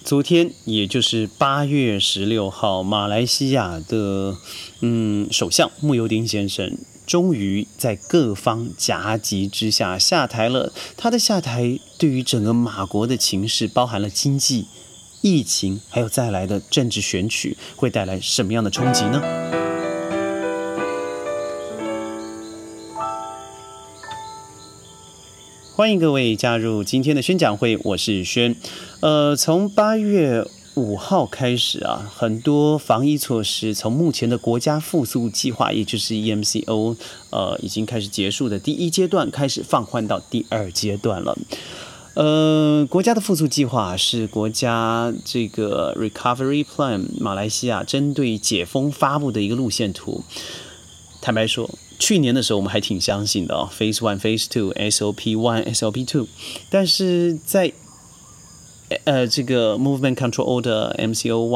昨天，也就是8月16号，马来西亚的首相慕尤丁先生终于在各方夹击之下下台了。他的下台对于整个马国的情势，包含了经济、疫情，还有再来的政治选举，会带来什么样的冲击呢？欢迎各位加入今天的宣讲会，我是轩。从8月5号开始啊，很多防疫措施从目前的国家复苏计划，也就是 EMCO， 已经开始结束的第一阶段，开始放宽到第二阶段了。国家的复苏计划是国家这个 Recovery Plan 马来西亚针对解封发布的一个路线图。坦白说，去年的时候我们还挺相信的哦 ，Phase 1、Phase 2、SOP 1、SOP 2，但是在这个 Movement Control Order MCO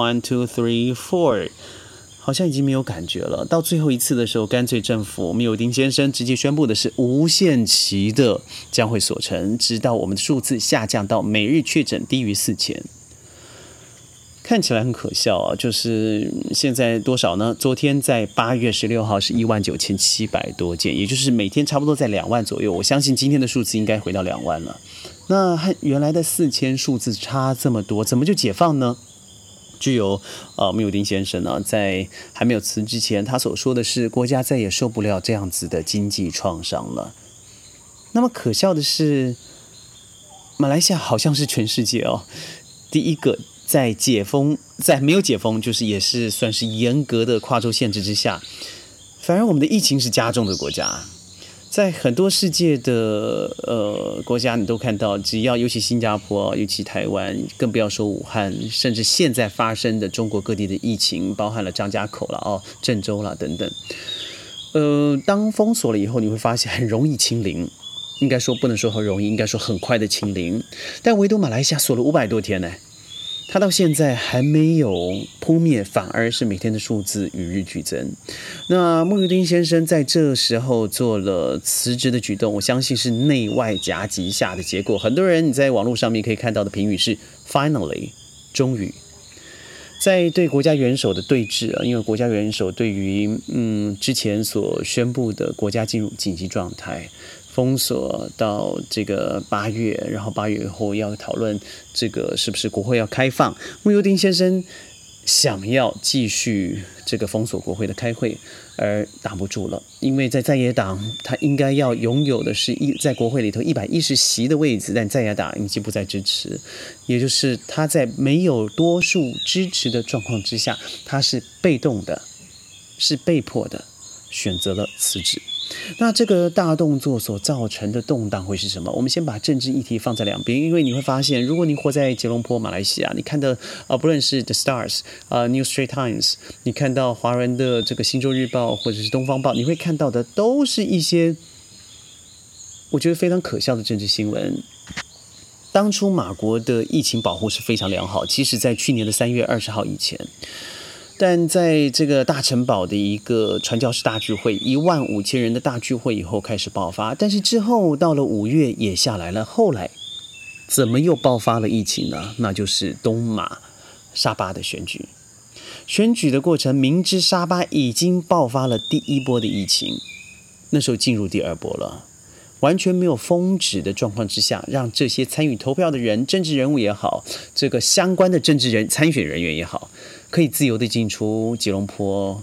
1、2、3、4，好像已经没有感觉了。到最后一次的时候，干脆政府慕尤丁先生直接宣布的是无限期的将会锁城，直到我们的数字下降到每日确诊低于4000。看起来很可笑啊，就是现在多少呢？昨天在8月16号是19700多件，也就是每天差不多在2万左右。我相信今天的数字应该回到2万了。那和原来的4000数字差这么多，怎么就解放呢？具有慕尤丁先生呢，在还没有辞之前，他所说的是国家再也受不了这样子的经济创伤了。那么可笑的是，马来西亚好像是全世界第一个在没有解封，就是也是算是严格的跨州限制之下，反而我们的疫情是加重的国家。在很多世界的国家，你都看到，只要尤其新加坡，尤其台湾，更不要说武汉，甚至现在发生的中国各地的疫情，包含了张家口了郑州了等等。当封锁了以后，你会发现很容易清零，应该说不能说很容易，应该说很快的清零。但唯独马来西亚锁了500多天呢。他到现在还没有扑灭，反而是每天的数字与日俱增。那慕尤丁先生在这时候做了辞职的举动，我相信是内外夹击下的结果。很多人你在网络上面可以看到的评语是 finally， 终于。在对国家元首的对峙因为国家元首对于之前所宣布的国家进入紧急状态，封锁到这个8月，然后8月以后要讨论这个是不是国会要开放。慕尤丁先生想要继续这个封锁国会的开会，而挡不住了，因为在野党他应该要拥有的是在国会里头110席的位置，但在野党已经不再支持，也就是他在没有多数支持的状况之下，他是被动的，是被迫的选择了辞职。那这个大动作所造成的动荡会是什么？我们先把政治议题放在两边，因为你会发现，如果你活在吉隆坡、马来西亚，你看的不论是 The Stars、New Straits Times， 你看到华人的这个《星洲日报》或者是《东方报》，你会看到的都是一些我觉得非常可笑的政治新闻。当初马国的疫情保护是非常良好，即使在去年的3月20号以前。但在这个大城堡的一个传教士大聚会，15000人的大聚会以后开始爆发，但是之后到了5月也下来了。后来怎么又爆发了疫情呢？那就是东马沙巴的选举。选举的过程，明知沙巴已经爆发了第一波的疫情，那时候进入第二波了。完全没有封止的状况之下，让这些参与投票的人，政治人物也好，这个相关的政治人参选人员也好，可以自由的进出吉隆坡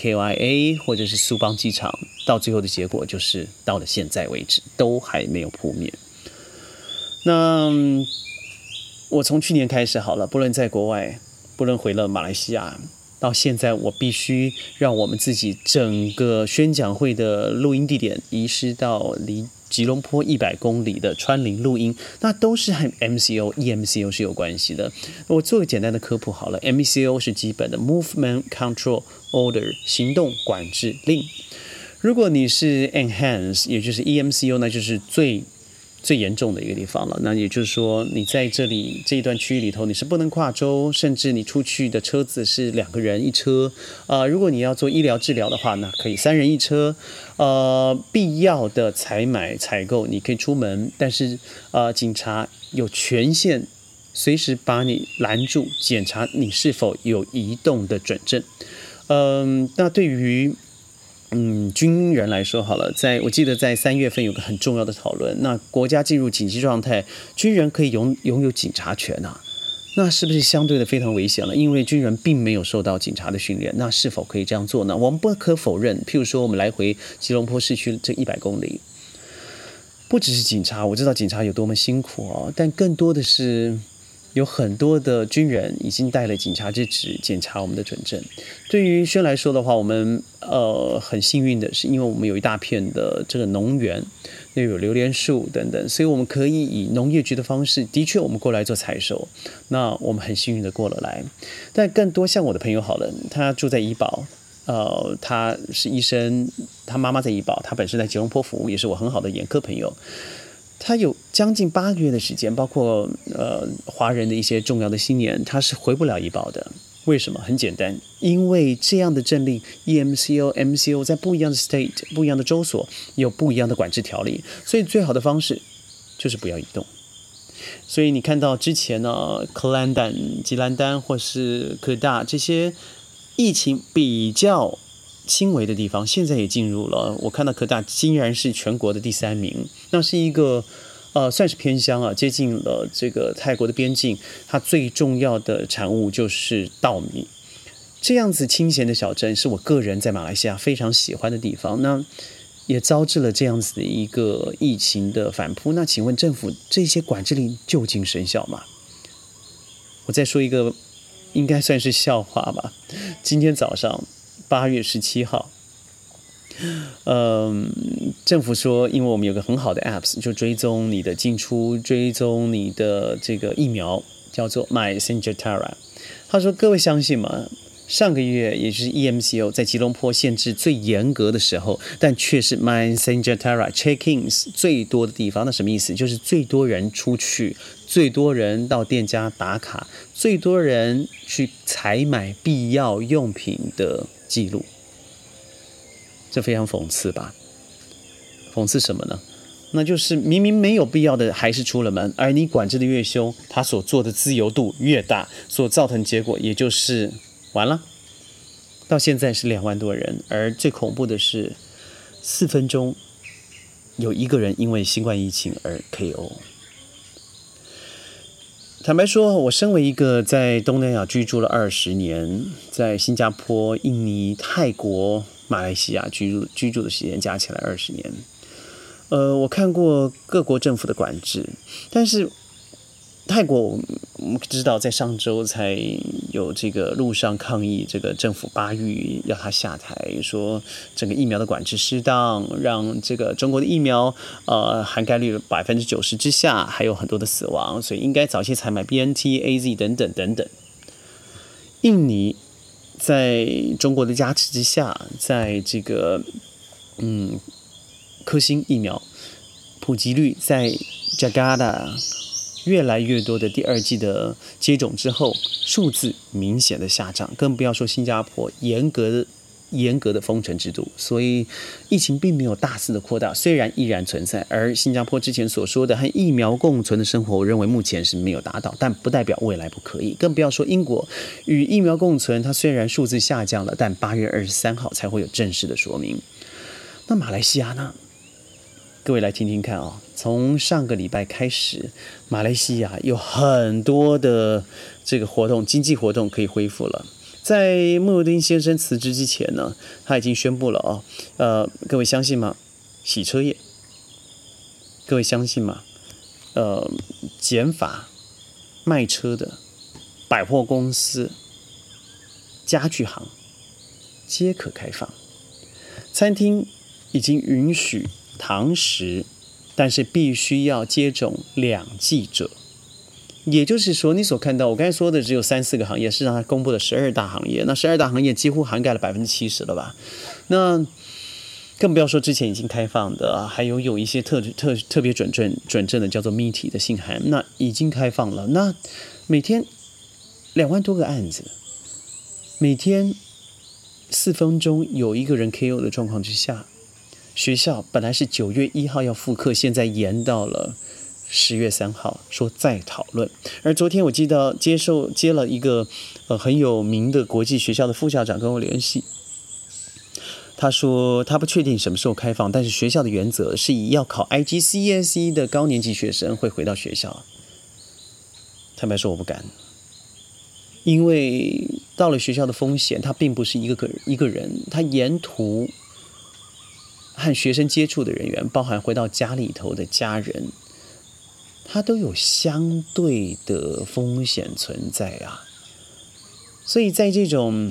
KLIA 或者是苏邦机场，到最后的结果就是到了现在为止都还没有扑灭。那我从去年开始好了，不论在国外，不论回了马来西亚，到现在我必须让我们自己整个宣讲会的录音地点移师到离吉隆坡100公里的川林录音，那都是和 EMCO 是有关系的。我做个简单的科普好了。 MCO 是基本的 Movement Control Order 行动管制令。如果你是 Enhance 也就是 EMCO， 那就是最严重的一个地方了。那也就是说，你在这一段区域里头，你是不能跨州，甚至你出去的车子是2个人一车。如果你要做医疗治疗的话，那可以3人一车。必要的采购你可以出门，但是警察有权限随时把你拦住，检查你是否有移动的准证。那对于军人来说好了，我记得在3月份有个很重要的讨论，那国家进入紧急状态，军人可以拥有警察权啊。那是不是相对的非常危险了？因为军人并没有受到警察的训练，那是否可以这样做呢？我们不可否认，譬如说我们来回吉隆坡市区这100公里，不只是警察，我知道警察有多么辛苦哦，但更多的是有很多的军人已经带了警察之职检查我们的准证。对于轩来说的话，我们很幸运的是，因为我们有一大片的这个农园，那有榴莲树等等，所以我们可以以农业局的方式，的确我们过来做采收，那我们很幸运的过了来。但更多像我的朋友好了，他住在怡保，他是医生，他妈妈在怡保，他本身在吉隆坡服务，也是我很好的眼科朋友。他有将近8个月的时间，包括华人的一些重要的新年，他是回不了怡保的。为什么？很简单，因为这样的政令 EMCO、MCO 在不一样的 state、不一样的州所有不一样的管制条例，所以最好的方式就是不要移动。所以你看到之前呢，克兰丹、吉兰丹或是科大这些疫情比较轻微的地方，现在也进入了。我看到科大竟然是全国的第3名，那是一个算是偏乡啊，接近了这个泰国的边境。它最重要的产物就是稻米。这样子清闲的小镇是我个人在马来西亚非常喜欢的地方。那也招致了这样子的一个疫情的反扑。那请问政府这些管制令究竟生效吗？我再说一个应该算是笑话吧。今天早上8月17号，政府说，因为我们有个很好的 apps， 就追踪你的进出，追踪你的这个疫苗，叫做 MySejahtera。他说，各位相信吗？上个月也就是 EMCO 在吉隆坡限制最严格的时候，但却是 MySejahtera check-ins 最多的地方。那什么意思？就是最多人出去，最多人到店家打卡，最多人去采买必要用品的记录。这非常讽刺吧？讽刺什么呢？那就是明明没有必要的还是出了门，而你管制的越凶，他所做的自由度越大，所造成结果也就是完了。到现在是2万多人，而最恐怖的是4分钟有1个人因为新冠疫情而 KO。坦白说，我身为一个在东南亚居住了20年，在新加坡、印尼、泰国、马来西亚居住的时间加起来20年。我看过各国政府的管制，但是泰国我们知道，在上周才有这个路上抗议，这个政府巴育要他下台，说整个疫苗的管制失当，让这个中国的疫苗涵盖率90%之下，还有很多的死亡，所以应该早些采买 BNT、AZ 等等等等。印尼在中国的加持之下，在这个科兴疫苗普及率在 Jakarta 越来越多的第2剂的接种之后，数字明显的下降，更不要说新加坡严格的封城制度，所以疫情并没有大肆的扩大，虽然依然存在。而新加坡之前所说的和疫苗共存的生活，我认为目前是没有达到，但不代表未来不可以。更不要说英国与疫苗共存，它虽然数字下降了，但8月23号才会有正式的说明。那马来西亚呢？各位来听听看啊，从上个礼拜开始，马来西亚有很多的这个活动，经济活动可以恢复了。在慕尤丁先生辞职之前呢，他已经宣布了各位相信吗？洗车业，各位相信吗？减法卖车的百货公司、家具行皆可开放，餐厅已经允许堂食，但是必须要接种2剂者。也就是说，你所看到我刚才说的只有3-4个行业，事实上它公布了12大行业，那12大行业几乎涵盖了70%了吧？那更不要说之前已经开放的，还有一些特别准证的叫做 MITI 的信函，那已经开放了。那每天2万多个案子，每天4分钟有1个人 KO 的状况之下，学校本来是9月1号要复课，现在延到了 10月3号说再讨论。而昨天我记得接了一个很有名的国际学校的副校长跟我联系，他说他不确定什么时候开放，但是学校的原则是以要考 IGCSE 的高年级学生会回到学校。坦白说我不敢，因为到了学校的风险，他并不是一个人，他沿途和学生接触的人员，包含回到家里头的家人，他都有相对的风险存在啊。所以在这种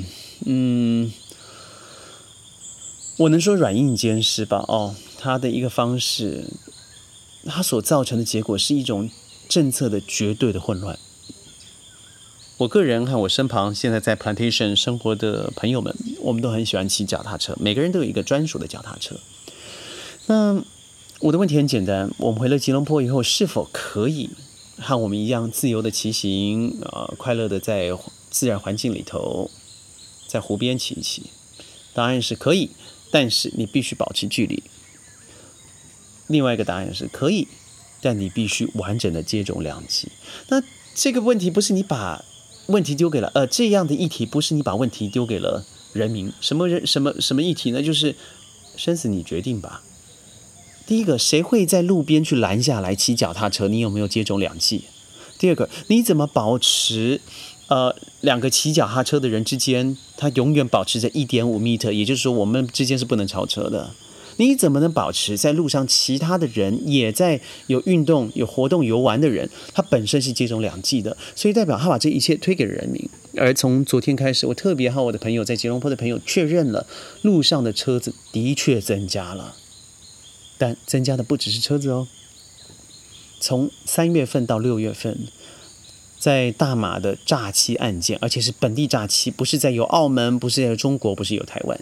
我能说软硬兼施吧，他的一个方式，他所造成的结果是一种政策的绝对的混乱。我个人和我身旁现在在 Plantation 生活的朋友们，我们都很喜欢骑脚踏车，每个人都有一个专属的脚踏车。那我的问题很简单，我们回了吉隆坡以后，是否可以和我们一样自由的骑行，快乐的在自然环境里头，在湖边骑一骑？答案是可以，但是你必须保持距离。另外一个答案是可以，但你必须完整的接种2剂。那这个问题不是你把问题丢给了这样的议题不是你把问题丢给了人民，什么议题呢？就是生死你决定吧。第一个，谁会在路边去拦下来骑脚踏车？你有没有接种2剂？第二个，你怎么保持2个骑脚踏车的人之间，他永远保持着1.5米，也就是说我们之间是不能超车的。你怎么能保持在路上其他的人也在有运动、有活动、游玩的人，他本身是接种2剂的，所以代表他把这一切推给了人民。而从昨天开始，我特别和我的朋友在吉隆坡的朋友确认了，路上的车子的确增加了，但增加的不只是车子哦。从3月份到6月份，在大马的诈欺案件，而且是本地诈欺，不是在有澳门，不是在中国，不是有台湾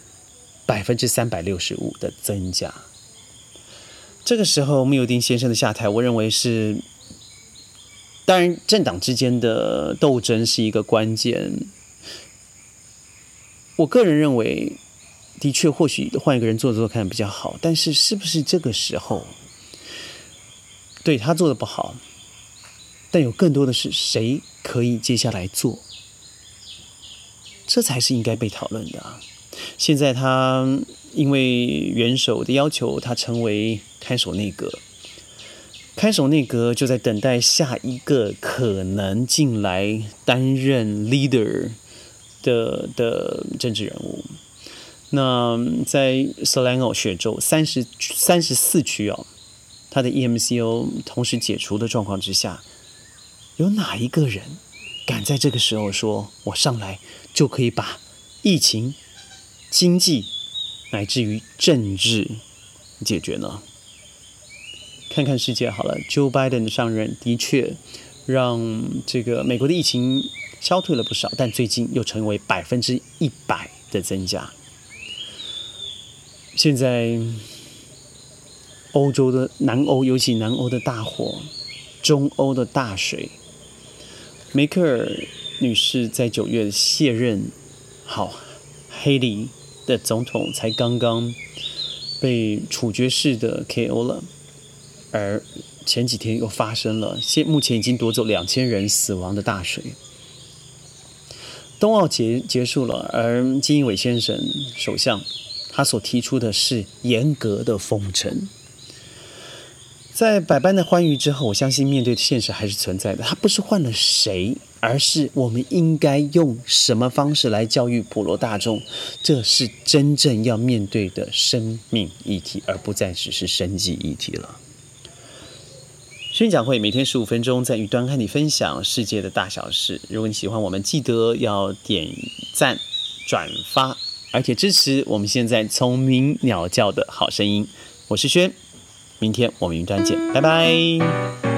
，365%的增加。这个时候，慕尤丁先生的下台，我认为是，当然政党之间的斗争是一个关键。我个人认为，的确或许换一个人做看比较好，但是是不是这个时候，对他做的不好，但有更多的是谁可以接下来做，这才是应该被讨论的啊。现在他因为元首的要求，他成为看守内阁，看守内阁就在等待下一个可能进来担任 leader 的政治人物。那在 Selangor 雪州34区他的 EMCO 同时解除的状况之下，有哪一个人敢在这个时候说，我上来就可以把疫情、经济乃至于政治解决呢？看看世界好了 ，Joe Biden 的上任的确让这个美国的疫情消退了不少，但最近又成为100%的增加。现在欧洲的南欧，尤其南欧的大火，中欧的大水，梅克尔女士在9月卸任，黑利的总统才刚刚被处决式的 KO 了，而前几天又发生了目前已经夺走2000人死亡的大水。冬奥结束了，而菅义伟先生首相他所提出的是严格的封城。在百般的欢愉之后，我相信面对的现实还是存在的。他不是换了谁，而是我们应该用什么方式来教育普罗大众，这是真正要面对的生命议题，而不再只是生计议题了。宣讲会每天15分钟，在云端和你分享世界的大小事。如果你喜欢我们，记得要点赞、转发，而且支持我们现在聪明鸟叫的好声音。我是轩，明天我们云端见，拜拜。